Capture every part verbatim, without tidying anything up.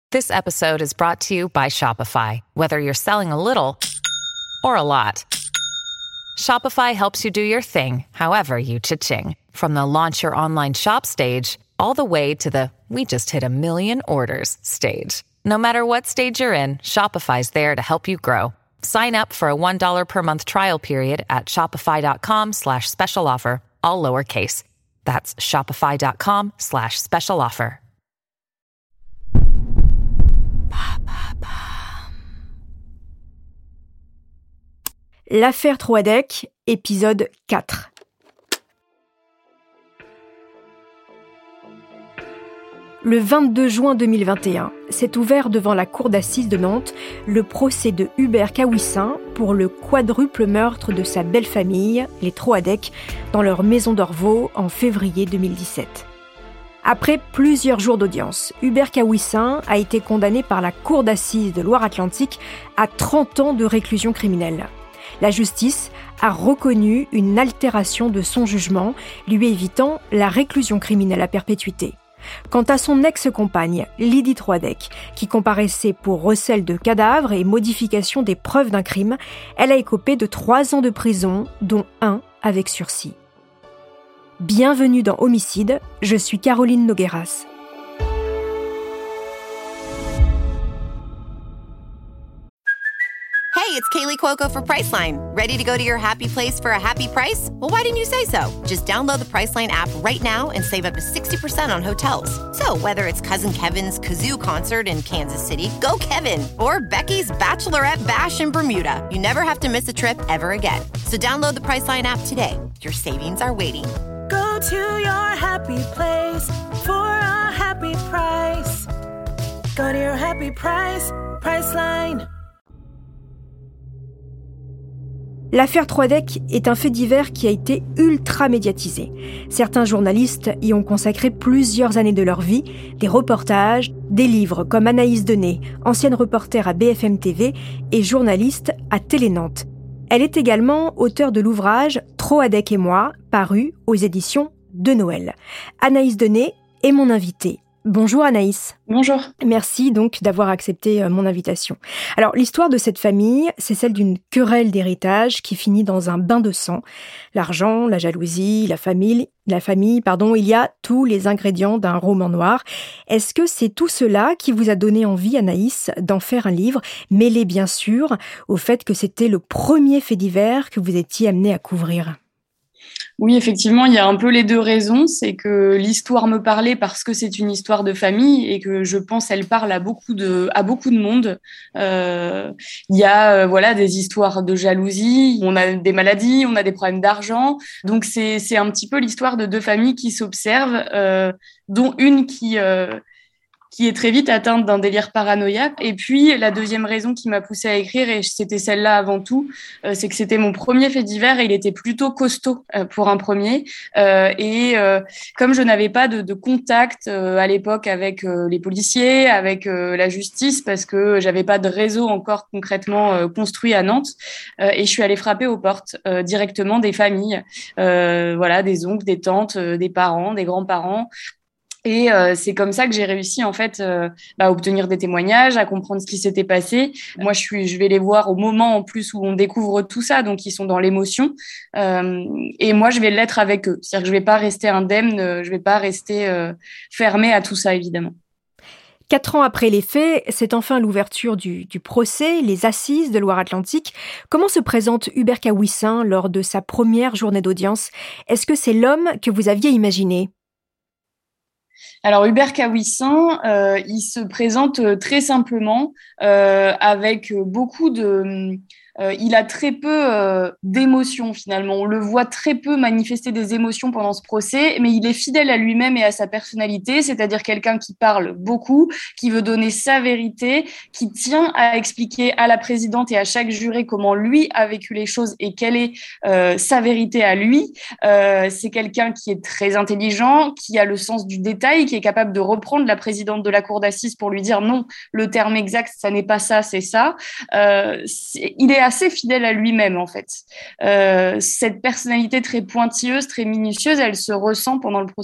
This episode is brought to you by Shopify. Whether you're selling a little or a lot, Shopify helps you do your thing, however you cha-ching. From the launch your online shop stage, all the way to the we just hit a million orders stage. No matter what stage you're in, Shopify's there to help you grow. Sign up for a one dollar per month trial period at shopify.com slash special offer, all lowercase. That's shopify.com slash special offer. L'affaire Troadec, épisode quatre. Le vingt-deux juin deux mille vingt et un, s'est ouvert devant la cour d'assises de Nantes le procès de Hubert Kawissin pour le quadruple meurtre de sa belle famille, les Troadec, dans leur maison d'Orvaux en février deux mille dix-sept. Après plusieurs jours d'audience, Hubert Kawissin a été condamné par la cour d'assises de Loire-Atlantique à trente ans de réclusion criminelle. La justice a reconnu une altération de son jugement, lui évitant la réclusion criminelle à perpétuité. Quant à son ex-compagne, Lydie Troadec, qui comparaissait pour recel de cadavres et modification des preuves d'un crime, elle a écopé de trois ans de prison, dont un avec sursis. Bienvenue dans Homicide, je suis Caroline Nogueras. Hey, it's Kaylee Cuoco for Priceline. Ready to go to your happy place for a happy price? Well, why didn't you say so? Just download the Priceline app right now and save up to sixty percent on hotels. So whether it's Cousin Kevin's Kazoo Concert in Kansas City, go Kevin, or Becky's Bachelorette Bash in Bermuda, you never have to miss a trip ever again. So download the Priceline app today. Your savings are waiting. Go to your happy place for a happy price. Go to your happy price, Priceline. L'affaire Troadec est un fait divers qui a été ultra médiatisé. Certains journalistes y ont consacré plusieurs années de leur vie, des reportages, des livres comme Anaïs Denay, ancienne reporter à B F M T V et journaliste à Télé Nantes. Elle est également auteure de l'ouvrage Troadec et moi, paru aux éditions de Noël. Anaïs Denay est mon invitée. Bonjour Anaïs. Bonjour. Merci donc d'avoir accepté mon invitation. Alors l'histoire de cette famille, c'est celle d'une querelle d'héritage qui finit dans un bain de sang. L'argent, la jalousie, la famille, la famille, pardon, il y a tous les ingrédients d'un roman noir. Est-ce que c'est tout cela qui vous a donné envie, Anaïs, d'en faire un livre, mêlé bien sûr au fait que c'était le premier fait divers que vous étiez amené à couvrir ? Oui, effectivement, il y a un peu les deux raisons. C'est que l'histoire me parlait parce que c'est une histoire de famille et que je pense elle parle à beaucoup de à beaucoup de monde. Euh, il y a euh, voilà des histoires de jalousie, on a des maladies, on a des problèmes d'argent. Donc c'est c'est un petit peu l'histoire de deux familles qui s'observent, euh, dont une qui euh, qui est très vite atteinte d'un délire paranoïaque. Et puis, la deuxième raison qui m'a poussée à écrire, et c'était celle-là avant tout, euh, c'est que c'était mon premier fait divers et il était plutôt costaud euh, pour un premier. Euh, et euh, comme je n'avais pas de, de contact euh, à l'époque avec euh, les policiers, avec euh, la justice, parce que j'avais pas de réseau encore concrètement euh, construit à Nantes, euh, et je suis allée frapper aux portes euh, directement des familles, euh, voilà, des oncles, des tantes, euh, des parents, des grands-parents. Et euh, c'est comme ça que j'ai réussi en fait euh, bah, à obtenir des témoignages, à comprendre ce qui s'était passé. Moi, je suis, je vais les voir au moment en plus où on découvre tout ça, donc ils sont dans l'émotion. Euh, et moi, je vais l'être avec eux. C'est-à-dire que je vais pas rester indemne, euh, je vais pas rester euh, fermée à tout ça, évidemment. Quatre ans après les faits, c'est enfin l'ouverture du, du procès, les assises de Loire-Atlantique. Comment se présente Hubert Kawissin lors de sa première journée d'audience ? Est-ce que c'est l'homme que vous aviez imaginé ? Alors Hubert Kawissin, euh, il se présente très simplement, euh, avec beaucoup de... Euh, il a très peu euh, d'émotions finalement. On le voit très peu manifester des émotions pendant ce procès, mais il est fidèle à lui-même et à sa personnalité, c'est-à-dire quelqu'un qui parle beaucoup, qui veut donner sa vérité, qui tient à expliquer à la présidente et à chaque juré comment lui a vécu les choses et quelle est euh, sa vérité à lui. Euh, c'est quelqu'un qui est très intelligent, qui a le sens du détail, qui est capable de reprendre la présidente de la cour d'assises pour lui dire non, le terme exact, ça n'est pas ça, c'est ça. Euh, c'est, il est assez fidèle à lui-même, en fait. Euh, cette personnalité très pointilleuse, très minutieuse, elle se ressent pendant le procès.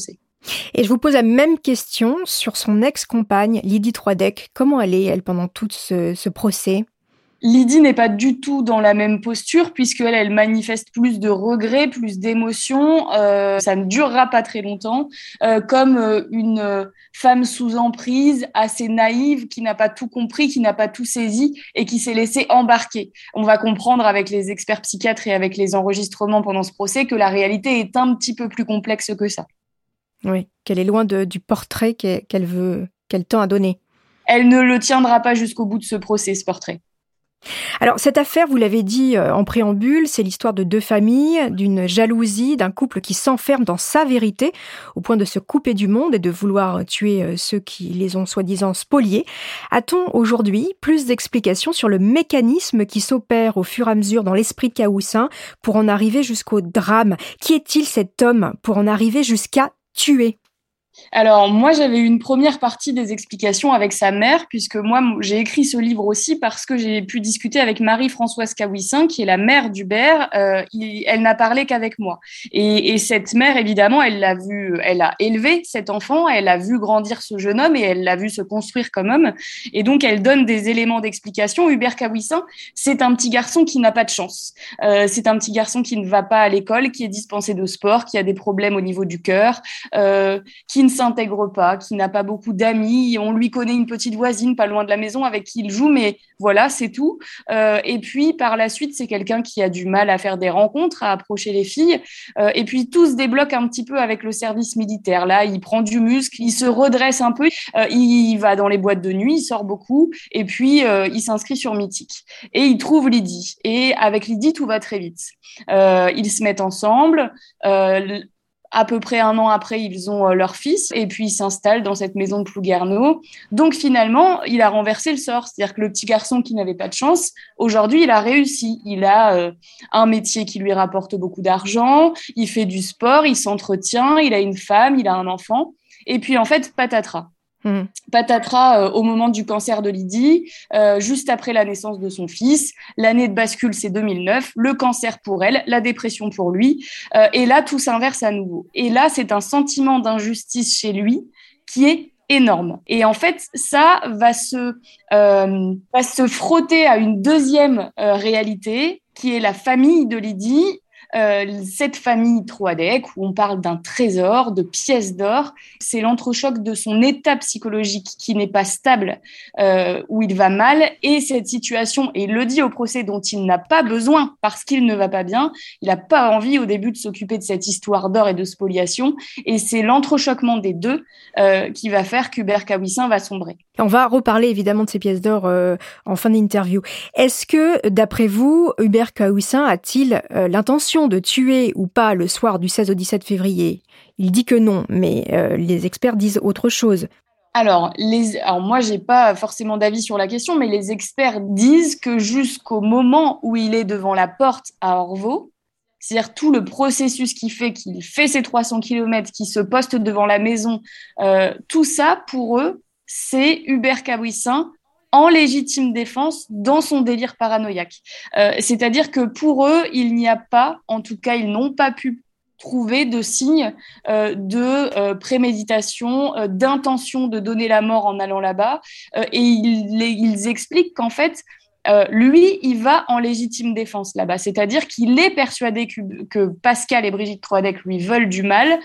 Et je vous pose la même question sur son ex-compagne, Lydie Troadec. Comment elle est, elle, pendant tout ce, ce procès ? Lydie n'est pas du tout dans la même posture puisqu'elle, elle manifeste plus de regrets, plus d'émotions. Euh, ça ne durera pas très longtemps, euh, comme euh, une euh, femme sous emprise, assez naïve, qui n'a pas tout compris, qui n'a pas tout saisi et qui s'est laissée embarquer. On va comprendre avec les experts psychiatres et avec les enregistrements pendant ce procès que la réalité est un petit peu plus complexe que ça. Oui, qu'elle est loin de, du portrait qu'elle veut, qu'elle tend à donner. Elle ne le tiendra pas jusqu'au bout de ce procès, ce portrait. Alors, cette affaire, vous l'avez dit en préambule, c'est l'histoire de deux familles, d'une jalousie, d'un couple qui s'enferme dans sa vérité, au point de se couper du monde et de vouloir tuer ceux qui les ont soi-disant spoliés. A-t-on aujourd'hui plus d'explications sur le mécanisme qui s'opère au fur et à mesure dans l'esprit de Cahoussin pour en arriver jusqu'au drame ? Qui est-il cet homme pour en arriver jusqu'à tuer ? Alors, moi, j'avais une première partie des explications avec sa mère, puisque moi, j'ai écrit ce livre aussi parce que j'ai pu discuter avec Marie-Françoise Cahoussin, qui est la mère d'Hubert. Euh, il, elle n'a parlé qu'avec moi. Et, et cette mère, évidemment, elle l'a vu, elle a élevé cet enfant, elle a vu grandir ce jeune homme et elle l'a vu se construire comme homme. Et donc, elle donne des éléments d'explication. Hubert Cahoussin, c'est un petit garçon qui n'a pas de chance. Euh, c'est un petit garçon qui ne va pas à l'école, qui est dispensé de sport, qui a des problèmes au niveau du cœur, euh, qui ne s'intègre pas, qui n'a pas beaucoup d'amis. On lui connaît une petite voisine pas loin de la maison avec qui il joue, mais voilà, c'est tout. Euh, et puis, par la suite, c'est quelqu'un qui a du mal à faire des rencontres, à approcher les filles. Euh, et puis, tout se débloque un petit peu avec le service militaire. Là, il prend du muscle, il se redresse un peu, euh, il va dans les boîtes de nuit, il sort beaucoup, et puis euh, il s'inscrit sur Mythique. Et il trouve Lydie. Et avec Lydie, tout va très vite. Euh, ils se mettent ensemble. Euh, À peu près un an après, ils ont euh, leur fils et puis ils s'installent dans cette maison de Plouguerneau. Donc finalement, il a renversé le sort. C'est-à-dire que le petit garçon qui n'avait pas de chance, aujourd'hui, il a réussi. Il a euh, un métier qui lui rapporte beaucoup d'argent, il fait du sport, il s'entretient, il a une femme, il a un enfant. Et puis en fait, patatras. Mmh. Patatras euh, au moment du cancer de Lydie, euh, juste après la naissance de son fils. L'année de bascule, c'est deux mille neuf. Le cancer pour elle, la dépression pour lui. Euh, et là, tout s'inverse à nouveau. Et là, c'est un sentiment d'injustice chez lui qui est énorme. Et en fait, ça va se, euh, va se frotter à une deuxième euh, réalité qui est la famille de Lydie. Euh, cette famille Troadec, où on parle d'un trésor, de pièces d'or, c'est l'entrechoc de son état psychologique qui n'est pas stable, euh, où il va mal, et cette situation, et il le dit au procès, dont il n'a pas besoin parce qu'il ne va pas bien, il n'a pas envie au début de s'occuper de cette histoire d'or et de spoliation, et c'est l'entrechoquement des deux euh, qui va faire qu'Hubert Cahoussin va sombrer. On va reparler évidemment de ces pièces d'or euh, en fin d'interview. Est-ce que, d'après vous, Hubert Cahoussin a-t-il euh, l'intention de tuer ou pas le soir du seize au dix-sept février ? Il dit que non, mais euh, les experts disent autre chose. Alors, les, alors moi, j'ai pas forcément d'avis sur la question, mais les experts disent que jusqu'au moment où il est devant la porte à Orvaux, c'est-à-dire tout le processus qui fait qu'il fait ses trois cents kilomètres, qu'il se poste devant la maison, euh, tout ça, pour eux, c'est Hubert Cahoussin en légitime défense dans son délire paranoïaque. Euh, c'est-à-dire que pour eux, il n'y a pas, en tout cas, ils n'ont pas pu trouver de signes euh, de euh, préméditation, euh, d'intention de donner la mort en allant là-bas. Euh, et ils, les, ils expliquent qu'en fait, Euh, lui, il va en légitime défense là-bas, c'est-à-dire qu'il est persuadé que, que Pascal et Brigitte Troadec lui veulent du mal,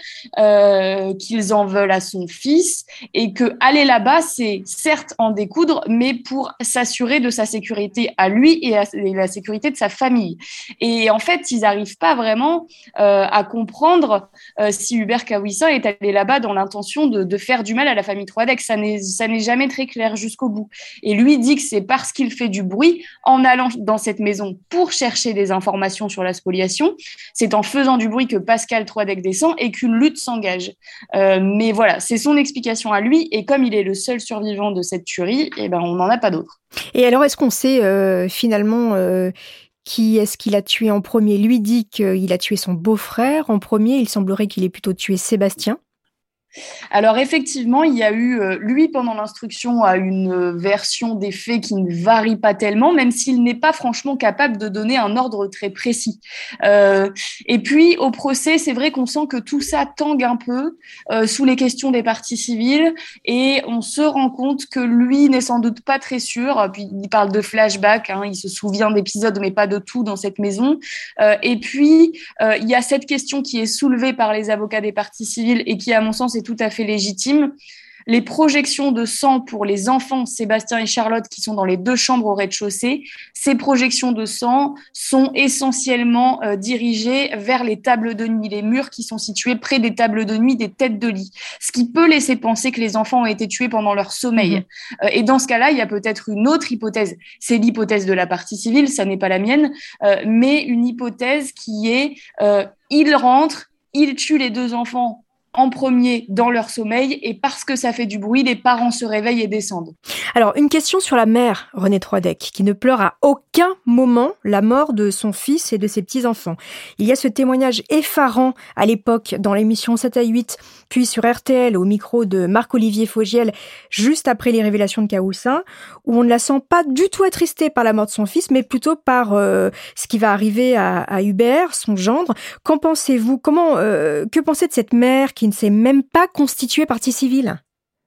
euh, qu'ils en veulent à son fils, et que aller là-bas, c'est certes en découdre, mais pour s'assurer de sa sécurité à lui et à et la sécurité de sa famille. Et en fait, ils n'arrivent pas vraiment euh, à comprendre euh, si Hubert Cahoussin est allé là-bas dans l'intention de, de faire du mal à la famille Troadec. Ça n'est, ça n'est jamais très clair jusqu'au bout. Et lui dit que c'est parce qu'il fait du bruit en allant dans cette maison pour chercher des informations sur la spoliation, c'est en faisant du bruit que Pascal Troadec descend et qu'une lutte s'engage. Euh, mais voilà, c'est son explication à lui, et comme il est le seul survivant de cette tuerie, eh ben, on n'en a pas d'autre. Et alors, est-ce qu'on sait euh, finalement euh, qui est-ce qu'il a tué en premier ? Lui dit qu'il a tué son beau-frère en premier, il semblerait qu'il ait plutôt tué Sébastien. Alors effectivement, il y a eu, euh, lui pendant l'instruction a une euh, version des faits qui ne varie pas tellement, même s'il n'est pas franchement capable de donner un ordre très précis. Euh, et puis au procès, c'est vrai qu'on sent que tout ça tangue un peu euh, sous les questions des parties civiles, et on se rend compte que lui n'est sans doute pas très sûr. Puis il parle de flashback, hein, il se souvient d'épisodes mais pas de tout dans cette maison. Euh, et puis euh, il y a cette question qui est soulevée par les avocats des parties civiles et qui, à mon sens, est tout à fait légitime. Les projections de sang pour les enfants, Sébastien et Charlotte, qui sont dans les deux chambres au rez-de-chaussée, ces projections de sang sont essentiellement euh, dirigées vers les tables de nuit, les murs qui sont situés près des tables de nuit, des têtes de lit, ce qui peut laisser penser que les enfants ont été tués pendant leur sommeil. Mmh. Euh, et dans ce cas-là, il y a peut-être une autre hypothèse. C'est l'hypothèse de la partie civile, ça n'est pas la mienne, euh, mais une hypothèse qui est euh, il rentre, il tue les deux enfants en premier dans leur sommeil, et parce que ça fait du bruit, les parents se réveillent et descendent. Alors, une question sur la mère, Renée Troadec, qui ne pleure à aucun moment la mort de son fils et de ses petits-enfants. Il y a ce témoignage effarant à l'époque dans l'émission sept à huit, puis sur R T L au micro de Marc-Olivier Fogiel, juste après les révélations de Cahoussin, où on ne la sent pas du tout attristée par la mort de son fils, mais plutôt par euh, ce qui va arriver à, à Hubert, son gendre. Qu'en pensez-vous ? Comment, euh, que pensez de cette mère qui ne s'est même pas constituée partie civile ?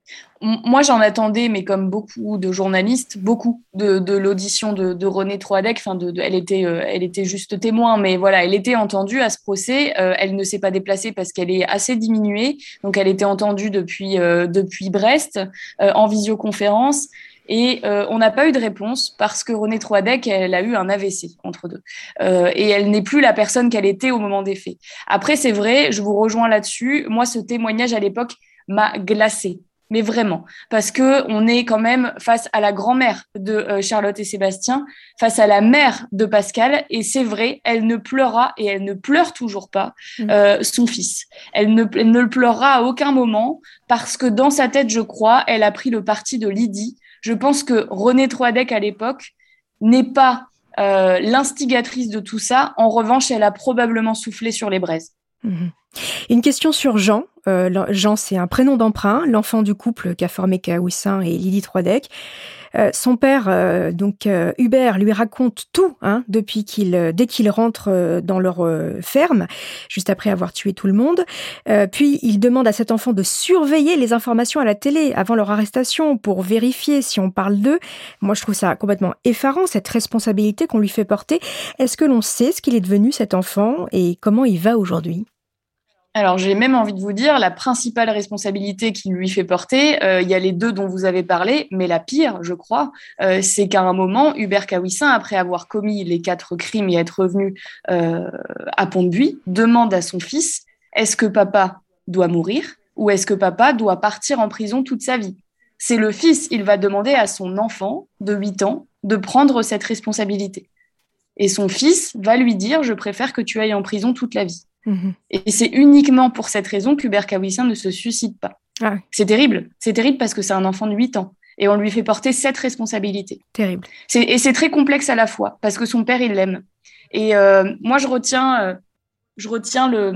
Moi, j'en attendais, mais comme beaucoup de journalistes, beaucoup de, de l'audition de, de Renée Troadec. Enfin, de, de, elle était, euh, elle était juste témoin, mais voilà, elle était entendue à ce procès. Euh, elle ne s'est pas déplacée parce qu'elle est assez diminuée, donc elle était entendue depuis euh, depuis Brest euh, en visioconférence. Et euh, on n'a pas eu de réponse parce que Renée Troadec, elle a eu un A V C entre deux. Euh, et elle n'est plus la personne qu'elle était au moment des faits. Après, c'est vrai, je vous rejoins là-dessus. Moi, ce témoignage à l'époque m'a glacée. Mais vraiment, parce que on est quand même face à la grand-mère de euh, Charlotte et Sébastien, face à la mère de Pascal, et c'est vrai, elle ne pleura, et elle ne pleure toujours pas, euh, son fils. Elle ne, elle ne le pleurera à aucun moment, parce que dans sa tête, je crois, elle a pris le parti de Lydie. Je pense que Renée Troadec, à l'époque, n'est pas euh, l'instigatrice de tout ça. En revanche, elle a probablement soufflé sur les braises. Mmh. Une question sur Jean. Euh, Jean, c'est un prénom d'emprunt, l'enfant du couple qu'a formé Cahoussin et Lydie Troadec. Euh, son père, euh, donc euh, Hubert, lui raconte tout, hein, depuis qu'il, euh, dès qu'il rentre euh, dans leur euh, ferme, juste après avoir tué tout le monde. Euh, puis il demande à cet enfant de surveiller les informations à la télé avant leur arrestation pour vérifier si on parle d'eux. Moi, je trouve ça complètement effarant, cette responsabilité qu'on lui fait porter. Est-ce que l'on sait ce qu'il est devenu, cet enfant, et comment il va aujourd'hui ? Alors, j'ai même envie de vous dire, la principale responsabilité qu'il lui fait porter, euh, il y a les deux dont vous avez parlé, mais la pire, je crois, euh, c'est qu'à un moment, Hubert Cahuissin, après avoir commis les quatre crimes et être revenu euh, à Pont-de-Buis, demande à son fils, est-ce que papa doit mourir ou est-ce que papa doit partir en prison toute sa vie ? C'est le fils, il va demander à son enfant de huit ans de prendre cette responsabilité. Et son fils va lui dire, je préfère que tu ailles en prison toute la vie. Mmh. Et c'est uniquement pour cette raison qu'Hubert Cahuissin ne se suicide pas. Ah. C'est terrible. C'est terrible parce que c'est un enfant de huit ans. Et on lui fait porter cette responsabilité. Terrible. C'est, et c'est très complexe à la fois parce que son père, il l'aime. Et euh, moi, je retiens, euh, je retiens le,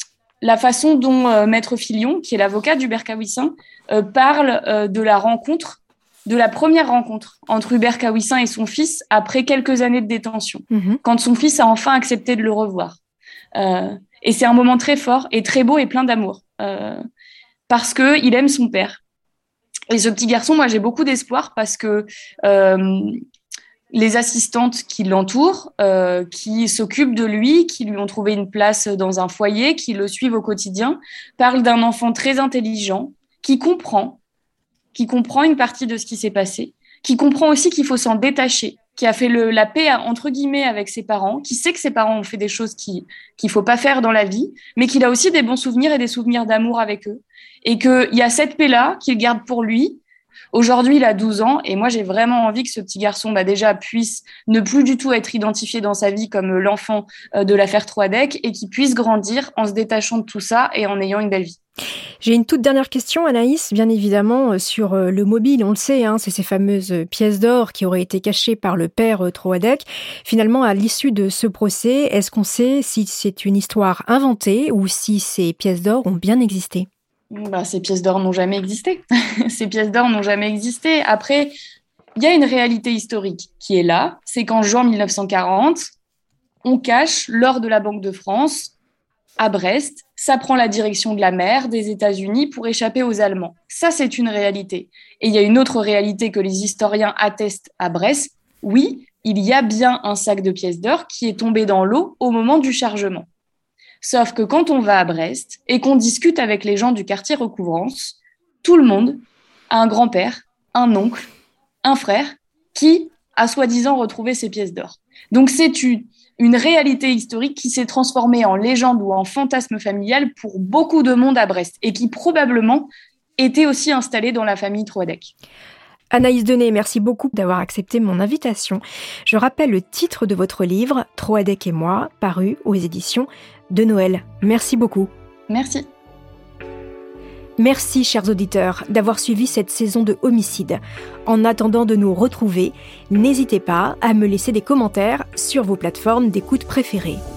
la façon dont euh, Maître Filion, qui est l'avocat d'Hubert Cahuissin, euh, parle euh, de la rencontre, de la première rencontre entre Hubert Cahuissin et son fils après quelques années de détention, mmh. quand son fils a enfin accepté de le revoir. Euh, Et c'est un moment très fort et très beau et plein d'amour, euh, parce qu'il aime son père. Et ce petit garçon, moi, j'ai beaucoup d'espoir parce que euh, les assistantes qui l'entourent, euh, qui s'occupent de lui, qui lui ont trouvé une place dans un foyer, qui le suivent au quotidien, parlent d'un enfant très intelligent, qui comprend, qui comprend une partie de ce qui s'est passé, qui comprend aussi qu'il faut s'en détacher, qui a fait le, la paix, entre guillemets, avec ses parents, qui sait que ses parents ont fait des choses qui, qu'il ne faut pas faire dans la vie, mais qu'il a aussi des bons souvenirs et des souvenirs d'amour avec eux. Et qu'il y a cette paix-là qu'il garde pour lui. Aujourd'hui, il a douze ans, et moi, j'ai vraiment envie que ce petit garçon, bah, déjà, puisse ne plus du tout être identifié dans sa vie comme l'enfant de l'affaire Troadec, et qu'il puisse grandir en se détachant de tout ça et en ayant une belle vie. J'ai une toute dernière question, Anaïs, bien évidemment, sur le mobile. On le sait, hein, c'est ces fameuses pièces d'or qui auraient été cachées par le père Troadec. Finalement, à l'issue de ce procès, est-ce qu'on sait si c'est une histoire inventée ou si ces pièces d'or ont bien existé ? bah, Ces pièces d'or n'ont jamais existé. Ces pièces d'or n'ont jamais existé. Après, il y a une réalité historique qui est là. C'est qu'en juin mille neuf cent quarante, on cache l'or de la Banque de France à Brest. Ça prend la direction de la mer des États-Unis pour échapper aux Allemands. Ça, c'est une réalité. Et il y a une autre réalité que les historiens attestent à Brest. Oui, il y a bien un sac de pièces d'or qui est tombé dans l'eau au moment du chargement. Sauf que quand on va à Brest et qu'on discute avec les gens du quartier Recouvrance, tout le monde a un grand-père, un oncle, un frère qui a soi-disant retrouvé ces pièces d'or. Donc c'est une, une réalité historique qui s'est transformée en légende ou en fantasme familial pour beaucoup de monde à Brest et qui probablement était aussi installée dans la famille Troadec. Anaïs Denay, merci beaucoup d'avoir accepté mon invitation. Je rappelle le titre de votre livre, Troadec et moi, paru aux éditions de Noël. Merci beaucoup. Merci. Merci, chers auditeurs, d'avoir suivi cette saison de Homicide. En attendant de nous retrouver, n'hésitez pas à me laisser des commentaires sur vos plateformes d'écoute préférées.